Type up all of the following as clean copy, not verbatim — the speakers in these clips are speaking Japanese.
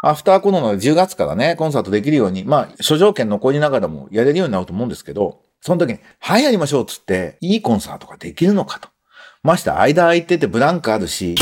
アフターコロナで10月からね、コンサートできるように、諸条件残りながらもやれるようになると思うんですけど、その時に、はいやりましょうっつって、いいコンサートができるのかと。まして間空いててブランクあるし、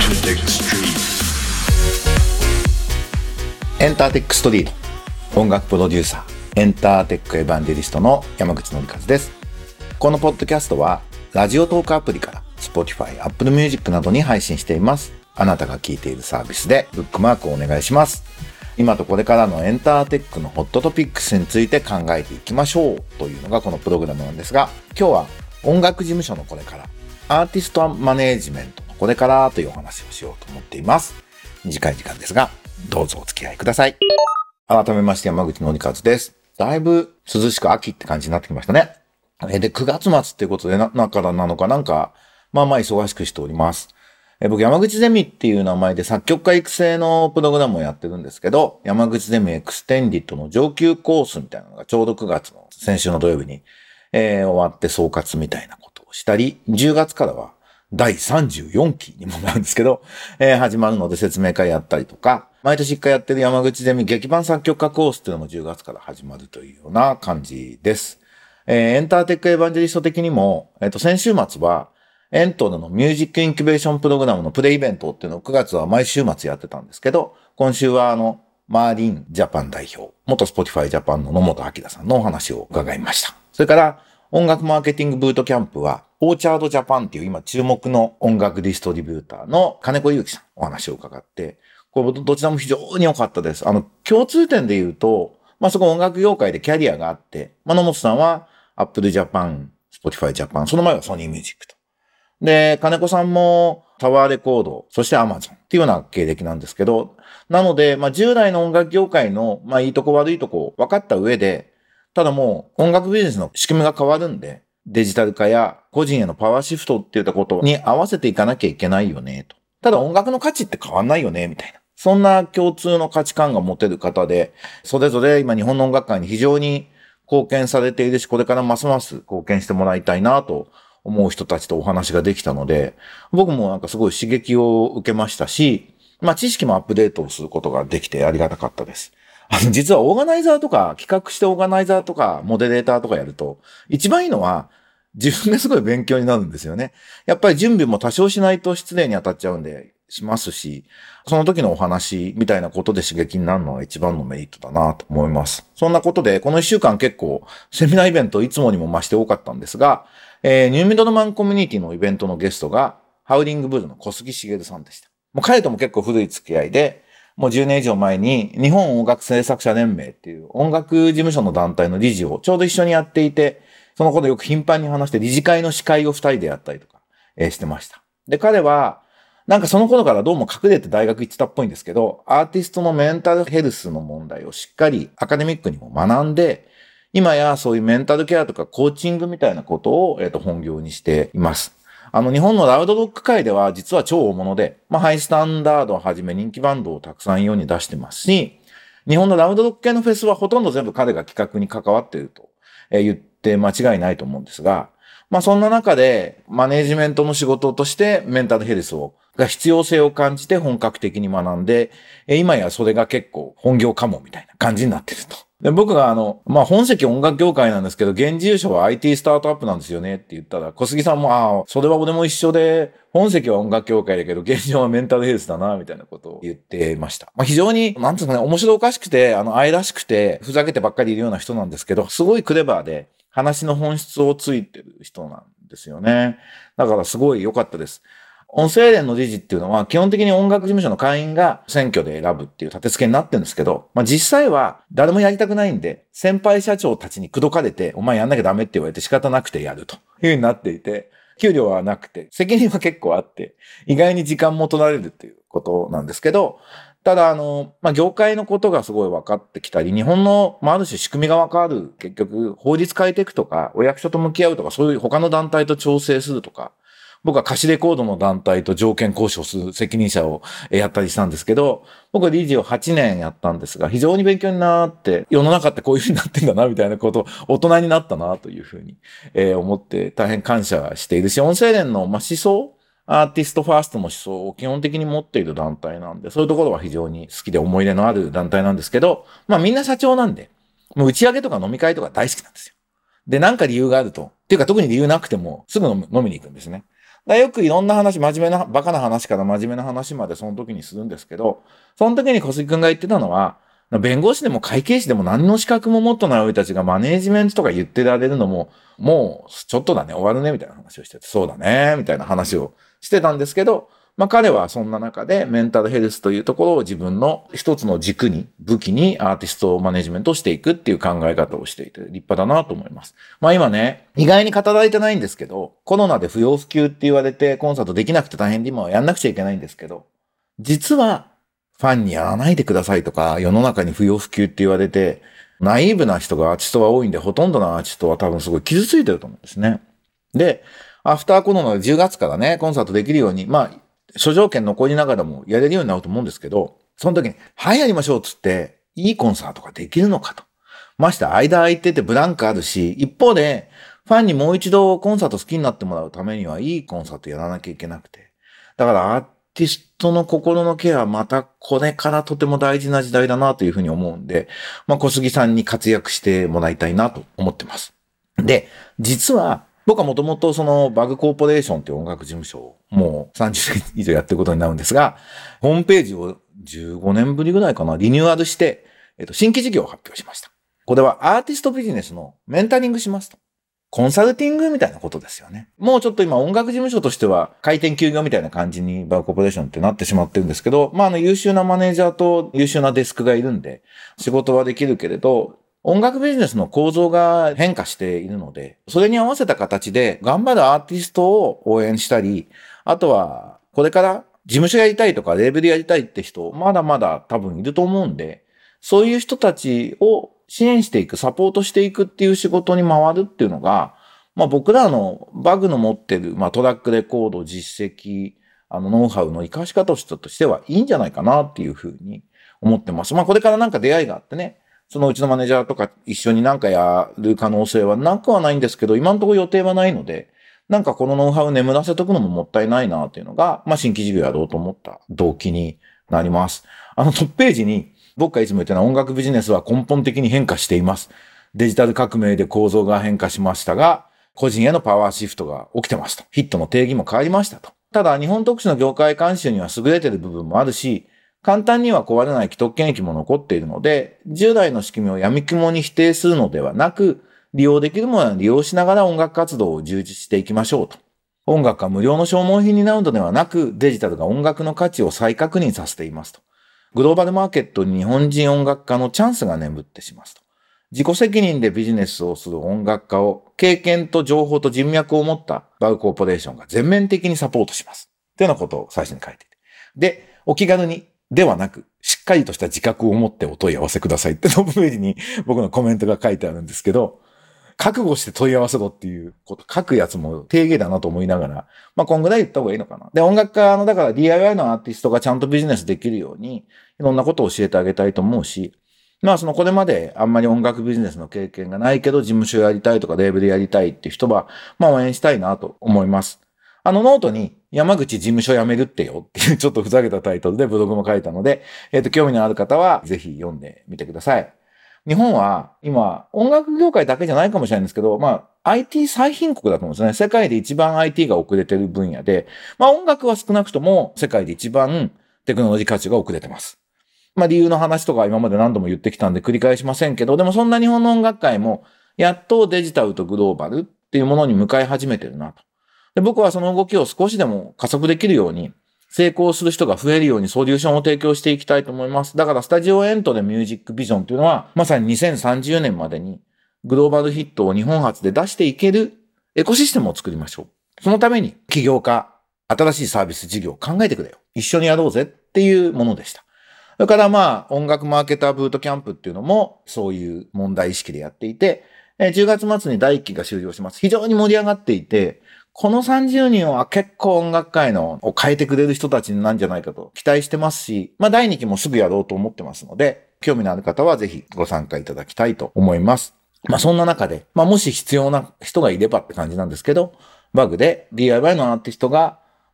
エンターテックストリート、音楽プロデューサー、エンターテックエヴァンジェリストの山口紀一です。このポッドキャストは、ラジオトークアプリから、Spotify、Apple Music などに配信しています。あなたが聞いているサービスでブックマークをお願いします。今とこれからのエンターテックのホットトピックスについて考えていきましょうというのがこのプログラムなんですが、今日は音楽事務所のこれから、アーティストマネージメントのこれからというお話をしようと思っています。短い時間ですが、どうぞお付き合いください。改めまして山口紀一です。だいぶ涼しく秋って感じになってきましたね。で、9月末っていうことでからなのか忙しくしております。僕、山口ゼミっていう名前で作曲家育成のプログラムをやってるんですけど、山口ゼミエクステンディットの上級コースみたいなのがちょうど9月の先週の土曜日に、終わって総括みたいなことをしたり、10月からは第34期にもなるんですけど、始まるので説明会やったりとか、毎年1回やってる山口ゼミ劇版作曲家コースっていうのも10月から始まるというような感じです。エンターテックエヴァンジェリスト的にも、先週末は、エントのミュージックインキュベーションプログラムのプレイベントっていうのを9月は毎週末やってたんですけど、今週はマーリンジャパン代表、元スポティファイジャパンの野本明さんのお話を伺いました。それから音楽マーケティングブートキャンプは、オーチャードジャパンっていう今注目の音楽ディストリビューターの金子祐樹さんお話を伺って、これどちらも非常に良かったです。共通点で言うと、そこ音楽業界でキャリアがあって、野本さんはアップルジャパン、スポティファイジャパン、その前はソニーミュージックと。で、金子さんもタワーレコード、そしてアマゾンっていうような経歴なんですけど、なので、従来の音楽業界の、いいとこ悪いとこ分かった上で、ただもう音楽ビジネスの仕組みが変わるんで、デジタル化や個人へのパワーシフトっていったことに合わせていかなきゃいけないよね、と。ただ音楽の価値って変わんないよね、みたいな。そんな共通の価値観が持てる方で、それぞれ今日本の音楽界に非常に貢献されているし、これからますます貢献してもらいたいなと思う人たちとお話ができたので、僕もすごい刺激を受けましたし、知識もアップデートをすることができてありがたかったです。実はオーガナイザーとか、企画してオーガナイザーとか、モデレーターとかやると、一番いいのは、自分がすごい勉強になるんですよね。やっぱり準備も多少しないと失礼に当たっちゃうんで、しますし、その時のお話みたいなことで刺激になるのが一番のメリットだなと思います。そんなことで、この1週間結構、セミナーイベントいつもにも増して多かったんですが、ニューミドルマンコミュニティのイベントのゲストが、ハウリングブルーの小杉茂さんでした。もう彼とも結構古い付き合いで、もう10年以上前に日本音楽制作者連盟っていう音楽事務所の団体の理事をちょうど一緒にやっていて、そのことよく頻繁に話して理事会の司会を2人でやったりとか、してました。で、彼は、その頃からどうも隠れて大学行ってたっぽいんですけど、アーティストのメンタルヘルスの問題をしっかりアカデミックにも学んで、今やそういうメンタルケアとかコーチングみたいなことを、本業にしています。日本のラウドロック界では実は超大物で、ハイスタンダードをはじめ人気バンドをたくさん世に出してますし、日本のラウドロック系のフェスはほとんど全部彼が企画に関わっていると言って間違いないと思うんですが、そんな中でマネージメントの仕事としてメンタルヘルスが必要性を感じて本格的に学んで、今やそれが結構本業かもみたいな感じになってると。で、僕が本籍音楽業界なんですけど、現地優勝は IT スタートアップなんですよねって言ったら、小杉さんも、それは俺も一緒で、本籍は音楽業界だけど、現状はメンタルヘルスだな、みたいなことを言ってました。非常に、面白おかしくて、愛らしくて、ふざけてばっかりいるような人なんですけど、すごいクレバーで、話の本質をついてる人なんですよね。だからすごい良かったです。音声連の理事っていうのは基本的に音楽事務所の会員が選挙で選ぶっていう立て付けになってるんですけど、実際は誰もやりたくないんで、先輩社長たちに口説かれて、お前やんなきゃダメって言われて仕方なくてやるという風になっていて、給料はなくて、責任は結構あって、意外に時間も取られるっていうことなんですけど、ただ業界のことがすごい分かってきたり、日本の、ある種仕組みが分かる、結局法律変えていくとか、お役所と向き合うとか、そういう他の団体と調整するとか、僕は貸しレコードの団体と条件交渉する責任者をやったりしたんですけど、僕は理事を8年やったんですが、非常に勉強になって、世の中ってこういう風になってんだな、みたいなことを大人になったな、というふうに思って大変感謝しているし、音声連の思想アーティストファーストの思想を基本的に持っている団体なんで、そういうところは非常に好きで思い入れのある団体なんですけど、まあみんな社長なんで、もう打ち上げとか飲み会とか大好きなんですよ。で、なんか理由があると、っていうか特に理由なくてもすぐ飲みに行くんですね。だからよくいろんな話、真面目な、バカな話から真面目な話までその時にするんですけど、その時に小杉くんが言ってたのは、弁護士でも会計士でも何の資格も持ってない俺たちがマネージメントとか言ってられるのも、もうちょっとだね、終わるね、みたいな話をしてて、そうだね、みたいな話をしてたんですけど、まあ彼はそんな中でメンタルヘルスというところを自分の一つの軸に、武器にアーティストマネジメントをしていくっていう考え方をしていて立派だなと思います。まあ今ね、意外に語られてないんですけど、コロナで不要不急って言われてコンサートできなくて大変で今はやんなくちゃいけないんですけど、実はファンにやらないでくださいとか、世の中に不要不急って言われて、ナイーブな人がアーティストは多いんで、ほとんどのアーティストは多分すごい傷ついてると思うんですね。で、アフターコロナで10月からね、コンサートできるように、まあ、諸条件残りながらもやれるようになると思うんですけど、その時に、はい、やりましょうっつって、いいコンサートができるのかと。まして間空いててブランクあるし、一方で、ファンにもう一度コンサート好きになってもらうためには、いいコンサートやらなきゃいけなくて。だからアーティストの心のケアはまたこれからとても大事な時代だなというふうに思うんで、まあ小杉さんに活躍してもらいたいなと思ってます。で、実は、僕はもともとそのバグコーポレーションという音楽事務所をもう30年以上やってることになるんですが、ホームページを15年ぶりぐらいかな、リニューアルして、新規事業を発表しました。これはアーティストビジネスのメンタリングしますと。コンサルティングみたいなことですよね。もうちょっと今音楽事務所としては開店休業みたいな感じにバグコーポレーションってなってしまってるんですけど、まあ優秀なマネージャーと優秀なデスクがいるんで、仕事はできるけれど、音楽ビジネスの構造が変化しているので、それに合わせた形で頑張るアーティストを応援したり、あとはこれから事務所やりたいとかレーベルやりたいって人、まだまだ多分いると思うんで、そういう人たちを支援していく、サポートしていくっていう仕事に回るっていうのが、まあ僕らのバグの持ってる、まあトラックレコード、実績、ノウハウの活かし方としてはいいんじゃないかなっていうふうに思ってます。まあこれからなんか出会いがあってね、そのうちのマネージャーとか一緒になんかやる可能性はなくはないんですけど、今のところ予定はないので、なんかこのノウハウを眠らせとくのももったいないなっていうのが、まあ新規事業やろうと思った動機になります。トップページに僕がいつも言ってるのは音楽ビジネスは根本的に変化しています。デジタル革命で構造が変化しましたが、個人へのパワーシフトが起きてますと。ヒットの定義も変わりましたと。ただ日本特殊の業界監修には優れている部分もあるし、簡単には壊れない既得権益も残っているので、従来の仕組みを闇雲に否定するのではなく、利用できるものは利用しながら音楽活動を充実していきましょうと。音楽が無料の消耗品になるのではなく、デジタルが音楽の価値を再確認させていますと。グローバルマーケットに日本人音楽家のチャンスが眠ってしますと。自己責任でビジネスをする音楽家を経験と情報と人脈を持ったバウコーポレーションが全面的にサポートします。というようなことを最初に書いていて。で、お気軽にではなく、しっかりとした自覚を持ってお問い合わせくださいってトップページに僕のコメントが書いてあるんですけど、覚悟して問い合わせろっていうこと書くやつも定義だなと思いながら、まあこんぐらい言った方がいいのかな。で、音楽家のだから DIY のアーティストがちゃんとビジネスできるように、いろんなことを教えてあげたいと思うし、まあこれまであんまり音楽ビジネスの経験がないけど事務所やりたいとかレーベルやりたいっていう人は、まあ応援したいなと思います。ノートに山口事務所辞めるってよっていうちょっとふざけたタイトルでブログも書いたので、興味のある方はぜひ読んでみてください。日本は今音楽業界だけじゃないかもしれないんですけど、まあ IT 最貧国だと思うんですね。世界で一番 IT が遅れてる分野で、まあ音楽は少なくとも世界で一番テクノロジー価値が遅れてます。まあ理由の話とか今まで何度も言ってきたんで繰り返しませんけど、でもそんな日本の音楽界もやっとデジタルとグローバルっていうものに向かい始めてるなと。で僕はその動きを少しでも加速できるように、成功する人が増えるようにソリューションを提供していきたいと思います。だからスタジオエントでミュージックビジョンというのは、まさに2030年までにグローバルヒットを日本発で出していけるエコシステムを作りましょう。そのために起業家、新しいサービス事業を考えてくれよ。一緒にやろうぜっていうものでした。それからまあ音楽マーケターブートキャンプっていうのもそういう問題意識でやっていて、10月末に第1期が終了します。非常に盛り上がっていて、この30人は結構音楽界のを変えてくれる人たちなんじゃないかと期待してますし、まあ第2期もすぐやろうと思ってますので、興味のある方はぜひご参加いただきたいと思います。まあそんな中で、まあもし必要な人がいればって感じなんですけど、バグで DIY のアーティストが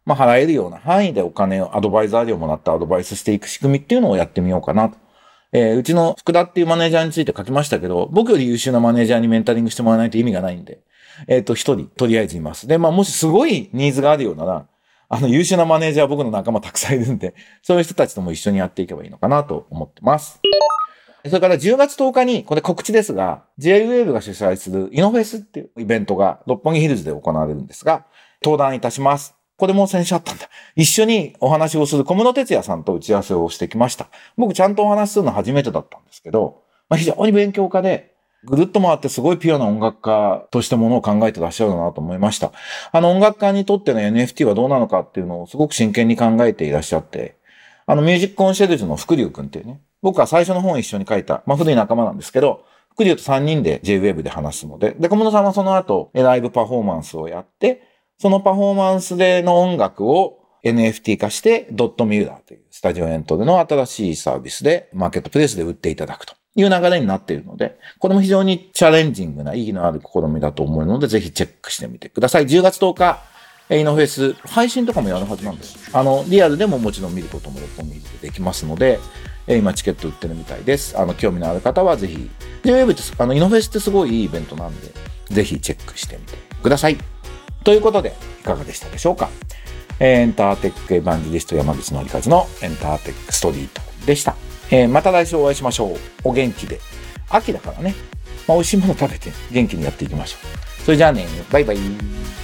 払えるような範囲でお金をアドバイザー料もらってアドバイスしていく仕組みっていうのをやってみようかなと。うちの福田っていうマネージャーについて書きましたけど、僕より優秀なマネージャーにメンタリングしてもらわないと意味がないんで、一人とりあえずいます。で、もしすごいニーズがあるようなら、優秀なマネージャーは僕の仲間たくさんいるんで、そういう人たちとも一緒にやっていけばいいのかなと思ってます。それから10月10日に、これ告知ですが、J-Wave が主催するイノフェスっていうイベントが六本木ヒルズで行われるんですが、登壇いたします。これも先週あったんだ。一緒にお話をする小室哲也さんと打ち合わせをしてきました。僕ちゃんとお話しするの初めてだったんですけど、非常に勉強家で、ぐるっと回ってすごいピュアな音楽家としてものを考えてらっしゃるなと思いました。音楽家にとっての NFT はどうなのかっていうのをすごく真剣に考えていらっしゃって、ミュージックコンシェルジュの福龍くんっていうね、僕は最初の本を一緒に書いた、古い仲間なんですけど、福龍と3人で J-Wave で話すので、小室さんはその後、ライブパフォーマンスをやって、そのパフォーマンスでの音楽を NFT 化して、ドットミューラーというスタジオエントでの新しいサービスでマーケットプレイスで売っていただくという流れになっているので、これも非常にチャレンジングな意義のある試みだと思うので、ぜひチェックしてみてください。10月10日、イノフェス、配信とかもやるはずなんです。リアルでももちろん見ることも六本木でできますので、今チケット売ってるみたいです。興味のある方はぜひ、J-Wave って、イノフェスってすごいいいイベントなんで、ぜひチェックしてみてください。ということで、いかがでしたでしょうか。エンターテックエヴァンジリスト山口のりかずのエンターテックストリートでした。また来週お会いしましょう。お元気で。秋だからね、美味しいもの食べて元気にやっていきましょう。それじゃあね、バイバイ。